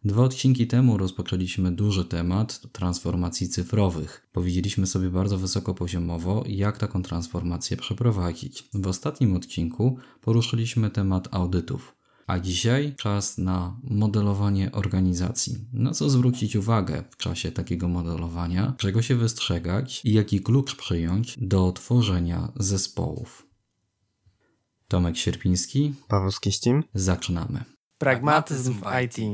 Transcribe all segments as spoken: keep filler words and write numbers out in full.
Dwa odcinki temu rozpoczęliśmy duży temat transformacji cyfrowych. Powiedzieliśmy sobie bardzo wysokopoziomowo, jak taką transformację przeprowadzić. W ostatnim odcinku poruszyliśmy temat audytów. A dzisiaj czas na modelowanie organizacji. Na co zwrócić uwagę w czasie takiego modelowania, czego się wystrzegać i jaki klucz przyjąć do tworzenia zespołów. Tomek Sierpiński, Paweł Skiścim. Zaczynamy. Pragmatyzm w I T.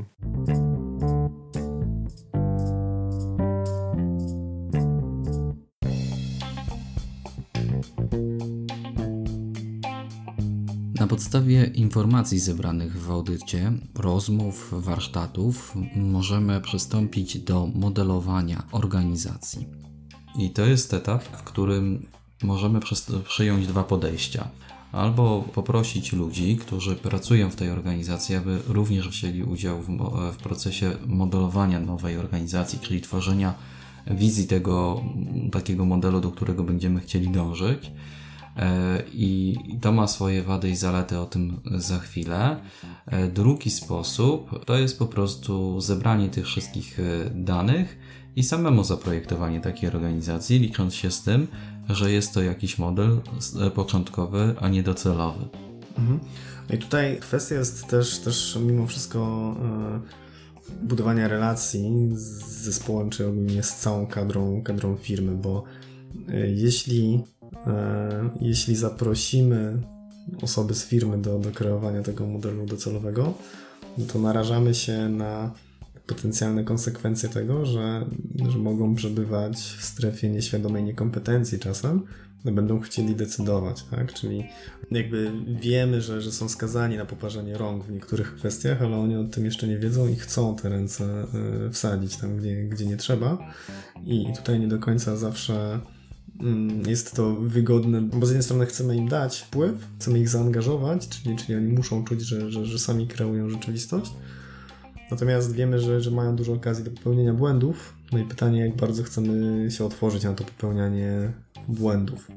Na podstawie informacji zebranych w audycie, rozmów, warsztatów możemy przystąpić do modelowania organizacji. I to jest etap, w którym możemy przyjąć dwa podejścia. Albo poprosić ludzi, którzy pracują w tej organizacji, aby również wzięli udział w, w procesie modelowania nowej organizacji, czyli tworzenia wizji tego takiego modelu, do którego będziemy chcieli dążyć. I to ma swoje wady i zalety, o tym za chwilę. Drugi sposób to jest po prostu zebranie tych wszystkich danych i samemu zaprojektowanie takiej organizacji, licząc się z tym, że jest to jakiś model początkowy, a nie docelowy. Mhm. No i tutaj kwestia jest też, też mimo wszystko yy, budowania relacji z zespołem, czy ogólnie z całą kadrą, kadrą firmy, bo yy, jeśli, yy, jeśli zaprosimy osoby z firmy do, do kreowania tego modelu docelowego, no to narażamy się na potencjalne konsekwencje tego, że, że mogą przebywać w strefie nieświadomej niekompetencji czasem, no będą chcieli decydować, tak? Czyli jakby wiemy, że, że są skazani na poparzenie rąk w niektórych kwestiach, ale oni o tym jeszcze nie wiedzą i chcą te ręce y, wsadzić tam, gdzie, gdzie nie trzeba. I tutaj nie do końca zawsze y, jest to wygodne, bo z jednej strony chcemy im dać wpływ, chcemy ich zaangażować, czyli, czyli oni muszą czuć, że, że, że sami kreują rzeczywistość. Natomiast wiemy, że, że mają dużo okazji do popełnienia błędów. No i pytanie, jak bardzo chcemy się otworzyć na to popełnianie błędów.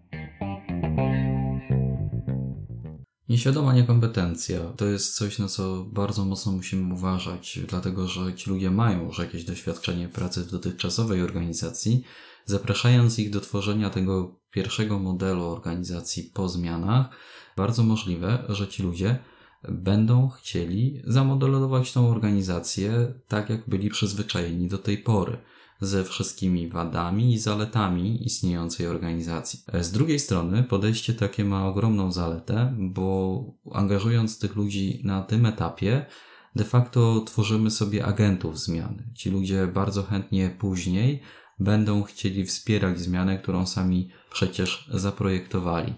Nieświadoma niekompetencja to jest coś, na co bardzo mocno musimy uważać, dlatego że ci ludzie mają już jakieś doświadczenie pracy w dotychczasowej organizacji. Zapraszając ich do tworzenia tego pierwszego modelu organizacji po zmianach, bardzo możliwe, że ci ludzie będą chcieli zamodelować tą organizację tak, jak byli przyzwyczajeni do tej pory, ze wszystkimi wadami i zaletami istniejącej organizacji. Z drugiej strony podejście takie ma ogromną zaletę, bo angażując tych ludzi na tym etapie, de facto tworzymy sobie agentów zmiany. Ci ludzie bardzo chętnie później będą chcieli wspierać zmianę, którą sami przecież zaprojektowali.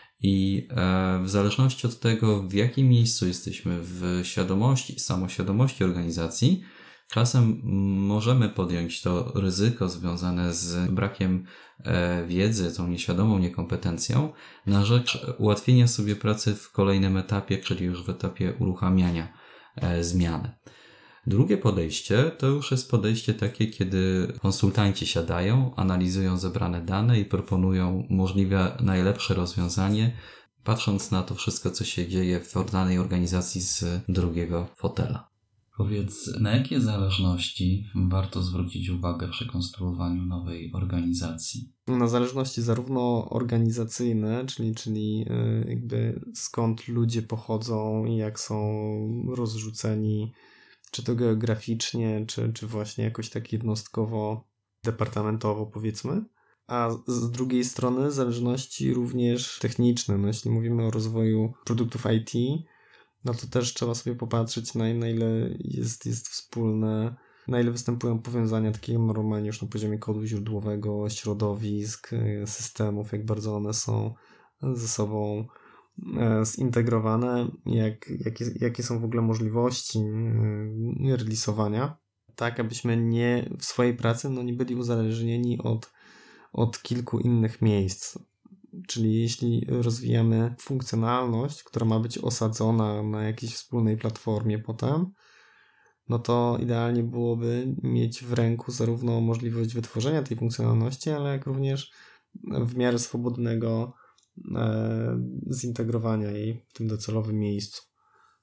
I w zależności od tego, w jakim miejscu jesteśmy w świadomości, samoświadomości organizacji, czasem możemy podjąć to ryzyko związane z brakiem wiedzy, tą nieświadomą niekompetencją, na rzecz ułatwienia sobie pracy w kolejnym etapie, czyli już w etapie uruchamiania zmiany. Drugie podejście to już jest podejście takie, kiedy konsultanci siadają, analizują zebrane dane i proponują możliwie najlepsze rozwiązanie, patrząc na to wszystko, co się dzieje w danej organizacji z drugiego fotela. Powiedz, na jakie zależności warto zwrócić uwagę przy konstruowaniu nowej organizacji? Na zależności zarówno organizacyjne, czyli, czyli jakby skąd ludzie pochodzą i jak są rozrzuceni, czy to geograficznie, czy, czy właśnie jakoś tak jednostkowo, departamentowo powiedzmy. A z drugiej strony zależności również techniczne. No, jeśli mówimy o rozwoju produktów I T, no to też trzeba sobie popatrzeć, na, na ile jest, jest wspólne, na ile występują powiązania takie normalnie już na poziomie kodu źródłowego, środowisk, systemów, jak bardzo one są ze sobą zintegrowane, jak, jakie, jakie są w ogóle możliwości releasowania, tak abyśmy nie w swojej pracy no nie byli uzależnieni od, od kilku innych miejsc. Czyli jeśli rozwijamy funkcjonalność, która ma być osadzona na jakiejś wspólnej platformie potem, no to idealnie byłoby mieć w ręku zarówno możliwość wytworzenia tej funkcjonalności, ale jak również w miarę swobodnego zintegrowania jej w tym docelowym miejscu.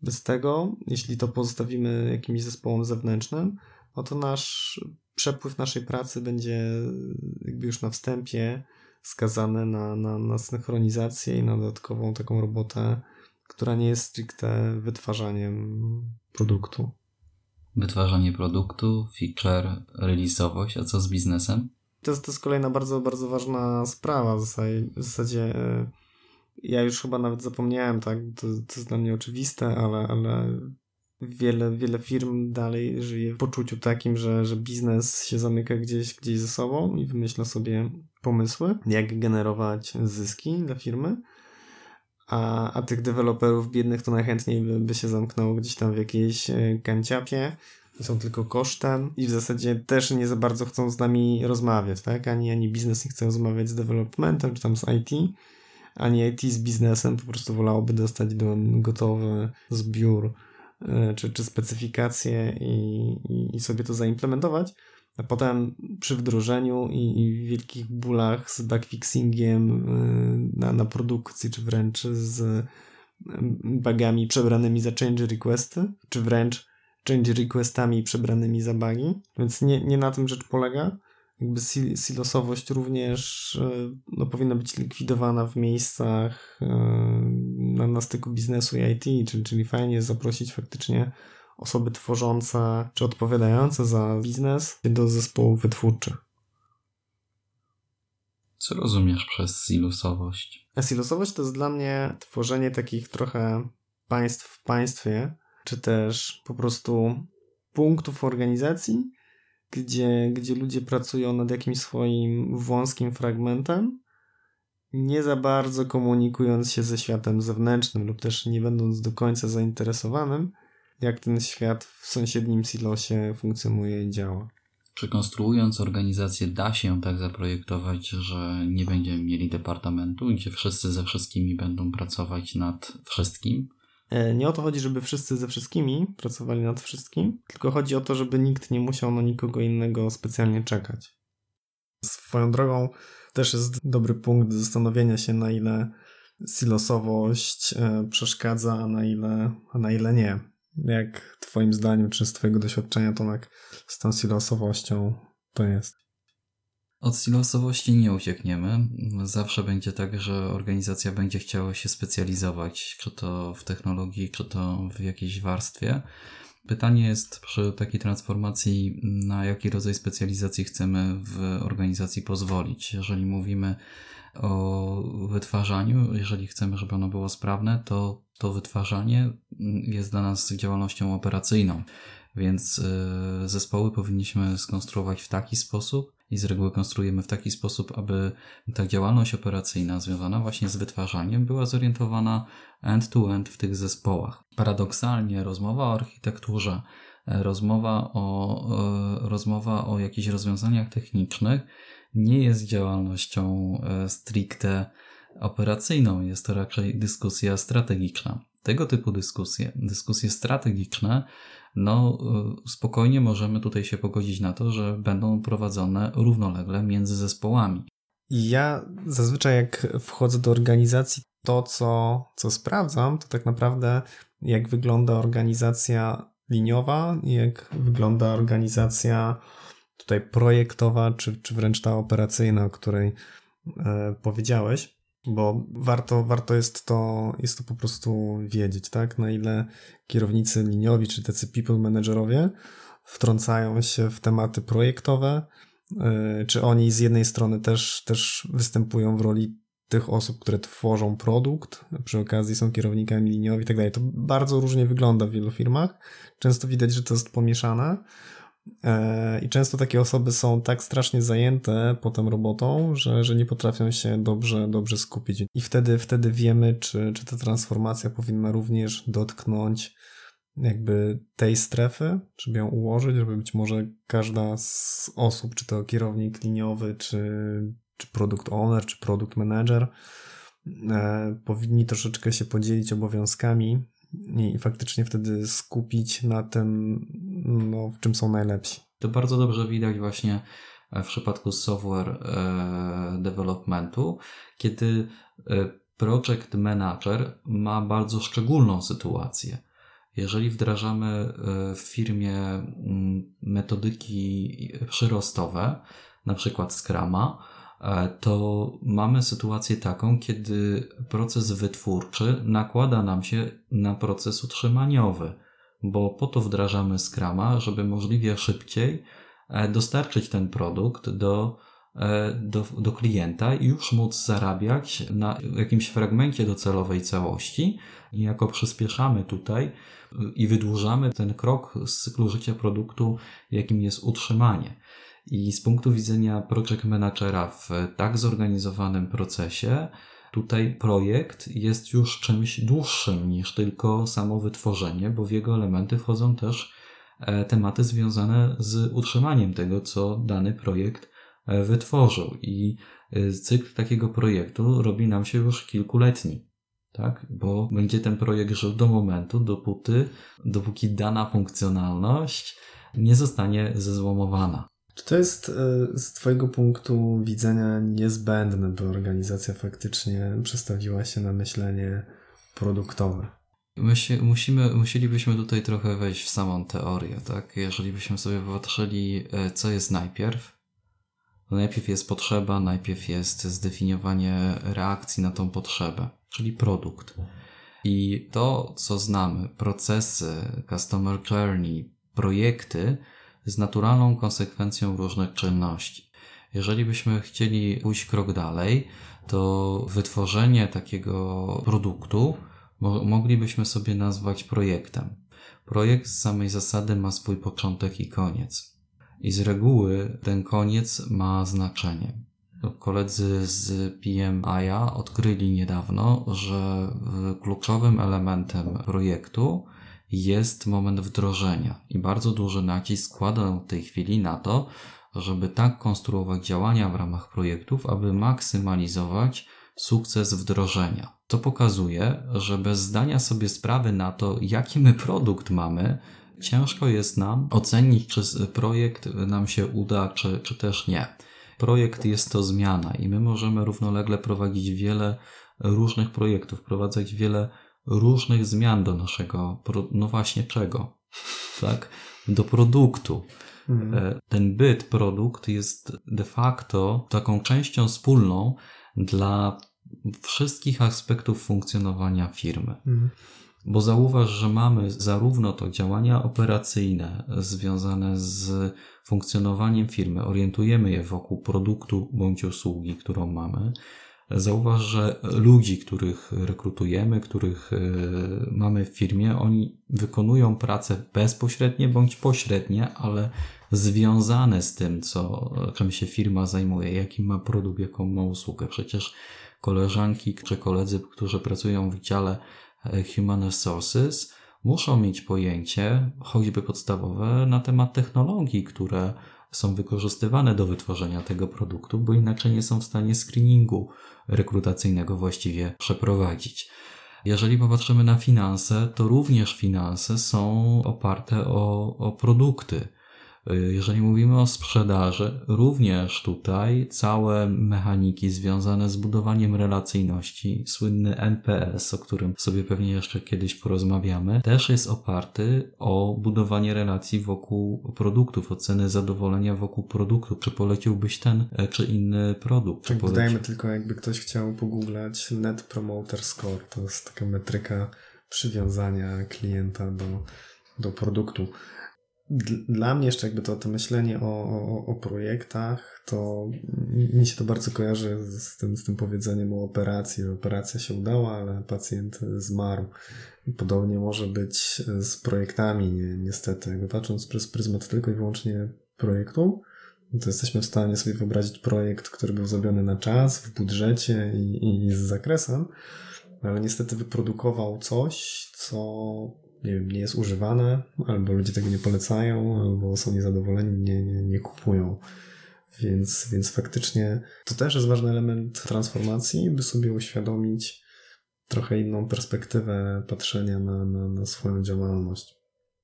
Bez tego, jeśli to pozostawimy jakimś zespołom zewnętrznym, no to nasz przepływ naszej pracy będzie jakby już na wstępie skazany na, na, na synchronizację i na dodatkową taką robotę, która nie jest stricte wytwarzaniem produktu. Wytwarzanie produktu, feature, release'owość, a co z biznesem? To jest, to jest kolejna bardzo, bardzo ważna sprawa. W zasadzie, w zasadzie ja już chyba nawet zapomniałem, tak, to, to jest dla mnie oczywiste, ale, ale wiele, wiele firm dalej żyje w poczuciu takim, że, że biznes się zamyka gdzieś, gdzieś ze sobą i wymyśla sobie pomysły, jak generować zyski dla firmy, a, a tych deweloperów biednych to najchętniej by, by się zamknęło gdzieś tam w jakiejś kanciapie, są tylko kosztem i w zasadzie też nie za bardzo chcą z nami rozmawiać, tak? Ani, ani biznes nie chce rozmawiać z developmentem, czy tam z I T, ani I T z biznesem, po prostu wolałoby dostać do gotowy zbiór czy, czy specyfikacje i, i, i sobie to zaimplementować, a potem przy wdrożeniu i, i wielkich bólach z bugfixingiem na, na produkcji, czy wręcz z bugami przebranymi za change requesty, czy wręcz change requestami przebranymi za bugi, więc nie, nie na tym rzecz polega. Jakby silosowość również no, powinna być likwidowana w miejscach na, na styku biznesu i I T, czyli, czyli fajnie jest zaprosić faktycznie osoby tworzące czy odpowiadające za biznes do zespołów wytwórczych. Co rozumiesz przez silosowość? A silosowość to jest dla mnie tworzenie takich trochę państw w państwie, czy też po prostu punktów organizacji, gdzie, gdzie ludzie pracują nad jakimś swoim wąskim fragmentem, nie za bardzo komunikując się ze światem zewnętrznym lub też nie będąc do końca zainteresowanym, jak ten świat w sąsiednim silosie funkcjonuje i działa. Czy konstruując organizację da się tak zaprojektować, że nie będziemy mieli departamentu, gdzie wszyscy ze wszystkimi będą pracować nad wszystkim? Nie o to chodzi, żeby wszyscy ze wszystkimi pracowali nad wszystkim, tylko chodzi o to, żeby nikt nie musiał na nikogo innego specjalnie czekać. Swoją drogą też jest dobry punkt do zastanowienia się, na ile silosowość przeszkadza, a na ile, a na ile nie. Jak twoim zdaniem, czy z twojego doświadczenia, Tomek, z tą silosowością to jest? Od silosowości nie uciekniemy. Zawsze będzie tak, że organizacja będzie chciała się specjalizować, czy to w technologii, czy to w jakiejś warstwie. Pytanie jest przy takiej transformacji, na jaki rodzaj specjalizacji chcemy w organizacji pozwolić. Jeżeli mówimy o wytwarzaniu, jeżeli chcemy, żeby ono było sprawne, to to wytwarzanie jest dla nas działalnością operacyjną, więc zespoły powinniśmy skonstruować w taki sposób i z reguły konstruujemy w taki sposób, aby ta działalność operacyjna związana właśnie z wytwarzaniem była zorientowana end-to-end w tych zespołach. Paradoksalnie rozmowa o architekturze, rozmowa o, rozmowa o jakichś rozwiązaniach technicznych nie jest działalnością stricte operacyjną, jest to raczej dyskusja strategiczna. Tego typu dyskusje, dyskusje strategiczne, no spokojnie możemy tutaj się pogodzić na to, że będą prowadzone równolegle między zespołami. Ja zazwyczaj jak wchodzę do organizacji, to co, co sprawdzam, to tak naprawdę jak wygląda organizacja liniowa, jak wygląda organizacja tutaj projektowa, czy, czy wręcz ta operacyjna, o której e, powiedziałeś. Bo warto, warto jest to, jest to po prostu wiedzieć, tak? Na ile kierownicy liniowi, czy tacy people managerowie wtrącają się w tematy projektowe, yy, czy oni z jednej strony też, też występują w roli tych osób, które tworzą produkt, przy okazji są kierownikami liniowi i tak dalej. To bardzo różnie wygląda w wielu firmach. Często widać, że to jest pomieszane. I często takie osoby są tak strasznie zajęte potem robotą, że, że nie potrafią się dobrze, dobrze skupić. I wtedy, wtedy wiemy, czy, czy ta transformacja powinna również dotknąć jakby tej strefy, żeby ją ułożyć, żeby być może każda z osób, czy to kierownik liniowy, czy, czy product owner, czy product manager, e, powinni troszeczkę się podzielić obowiązkami i faktycznie wtedy skupić na tym, no, w czym są najlepsi. To bardzo dobrze widać właśnie w przypadku software developmentu, kiedy project manager ma bardzo szczególną sytuację. Jeżeli wdrażamy w firmie metodyki przyrostowe, na przykład Scruma, to mamy sytuację taką, kiedy proces wytwórczy nakłada nam się na proces utrzymaniowy, bo po to wdrażamy Scruma, żeby możliwie szybciej dostarczyć ten produkt do, do, do klienta i już móc zarabiać na jakimś fragmencie docelowej całości. I jako przyspieszamy tutaj i wydłużamy ten krok z cyklu życia produktu, jakim jest utrzymanie. I z punktu widzenia project managera w tak zorganizowanym procesie, tutaj projekt jest już czymś dłuższym niż tylko samo wytworzenie, bo w jego elementy wchodzą też tematy związane z utrzymaniem tego, co dany projekt wytworzył. I cykl takiego projektu robi nam się już kilkuletni, tak? Bo będzie ten projekt żył do momentu, dopóty, dopóki dana funkcjonalność nie zostanie zezłomowana. Czy to jest z Twojego punktu widzenia niezbędne, by organizacja faktycznie przestawiła się na myślenie produktowe? Myśl, musimy, musielibyśmy tutaj trochę wejść w samą teorię, tak? Jeżeli byśmy sobie popatrzyli, co jest najpierw, to najpierw jest potrzeba, najpierw jest zdefiniowanie reakcji na tą potrzebę, czyli produkt. I to, co znamy, procesy, customer journey, projekty, z naturalną konsekwencją różnych czynności. Jeżeli byśmy chcieli pójść krok dalej, to wytworzenie takiego produktu mo- moglibyśmy sobie nazwać projektem. Projekt z samej zasady ma swój początek i koniec. I z reguły ten koniec ma znaczenie. Koledzy z P M I a odkryli niedawno, że kluczowym elementem projektu jest moment wdrożenia i bardzo duży nacisk kładą w tej chwili na to, żeby tak konstruować działania w ramach projektów, aby maksymalizować sukces wdrożenia. To pokazuje, że bez zdania sobie sprawy na to, jaki my produkt mamy, ciężko jest nam ocenić, czy projekt nam się uda, czy, czy też nie. Projekt jest to zmiana i my możemy równolegle prowadzić wiele różnych projektów, wprowadzać wiele różnych zmian do naszego, no właśnie czego, tak, do produktu. Mhm. Ten byt, produkt jest de facto taką częścią wspólną dla wszystkich aspektów funkcjonowania firmy. Mhm. Bo zauważ, że mamy zarówno to działania operacyjne związane z funkcjonowaniem firmy, orientujemy je wokół produktu bądź usługi, którą mamy. Zauważ, że ludzi, których rekrutujemy, których mamy w firmie, oni wykonują pracę bezpośrednie bądź pośrednie, ale związane z tym, co, czym się firma zajmuje, jaki ma produkt, jaką ma usługę. Przecież koleżanki czy koledzy, którzy pracują w dziale Human Resources, muszą mieć pojęcie, choćby podstawowe, na temat technologii, które są wykorzystywane do wytworzenia tego produktu, bo inaczej nie są w stanie screeningu rekrutacyjnego właściwie przeprowadzić. Jeżeli popatrzymy na finanse, to również finanse są oparte o, o produkty. Jeżeli mówimy o sprzedaży, również tutaj całe mechaniki związane z budowaniem relacyjności, słynny N P S, o którym sobie pewnie jeszcze kiedyś porozmawiamy, też jest oparty o budowanie relacji wokół produktów, oceny zadowolenia wokół produktu. Czy poleciłbyś ten czy inny produkt? Tak, dodajmy tylko, jakby ktoś chciał pogooglać Net Promoter Score, to jest taka metryka przywiązania klienta do, do produktu. Dla mnie jeszcze jakby to, to myślenie o, o, o projektach, to mi się to bardzo kojarzy z tym, z tym powiedzeniem o operacji. Operacja się udała, ale pacjent zmarł. Podobnie może być z projektami, ni- niestety. Jakby patrząc przez pryzmat tylko i wyłącznie projektu, to jesteśmy w stanie sobie wyobrazić projekt, który był zrobiony na czas, w budżecie i, i z zakresem, ale niestety wyprodukował coś, co nie wiem, nie jest używane, albo ludzie tego nie polecają, albo są niezadowoleni, nie, nie, nie kupują. Więc, więc faktycznie to też jest ważny element transformacji, by sobie uświadomić trochę inną perspektywę patrzenia na, na, na swoją działalność.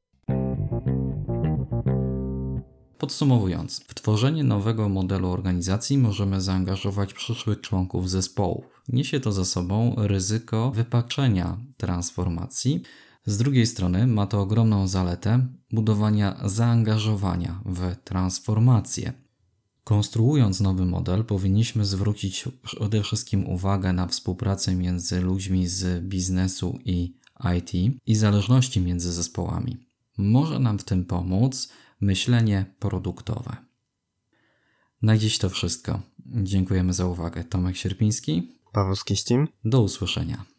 Podsumowując, w tworzenie nowego modelu organizacji możemy zaangażować przyszłych członków zespołów. Niesie to za sobą ryzyko wypaczenia transformacji, Z drugiej strony ma to ogromną zaletę budowania zaangażowania w transformację. Konstruując nowy model, powinniśmy zwrócić przede wszystkim uwagę na współpracę między ludźmi z biznesu i I T i zależności między zespołami. Może nam w tym pomóc myślenie produktowe. Na dziś to wszystko. Dziękujemy za uwagę. Tomek Sierpiński. Paweł Skiścim. Do usłyszenia.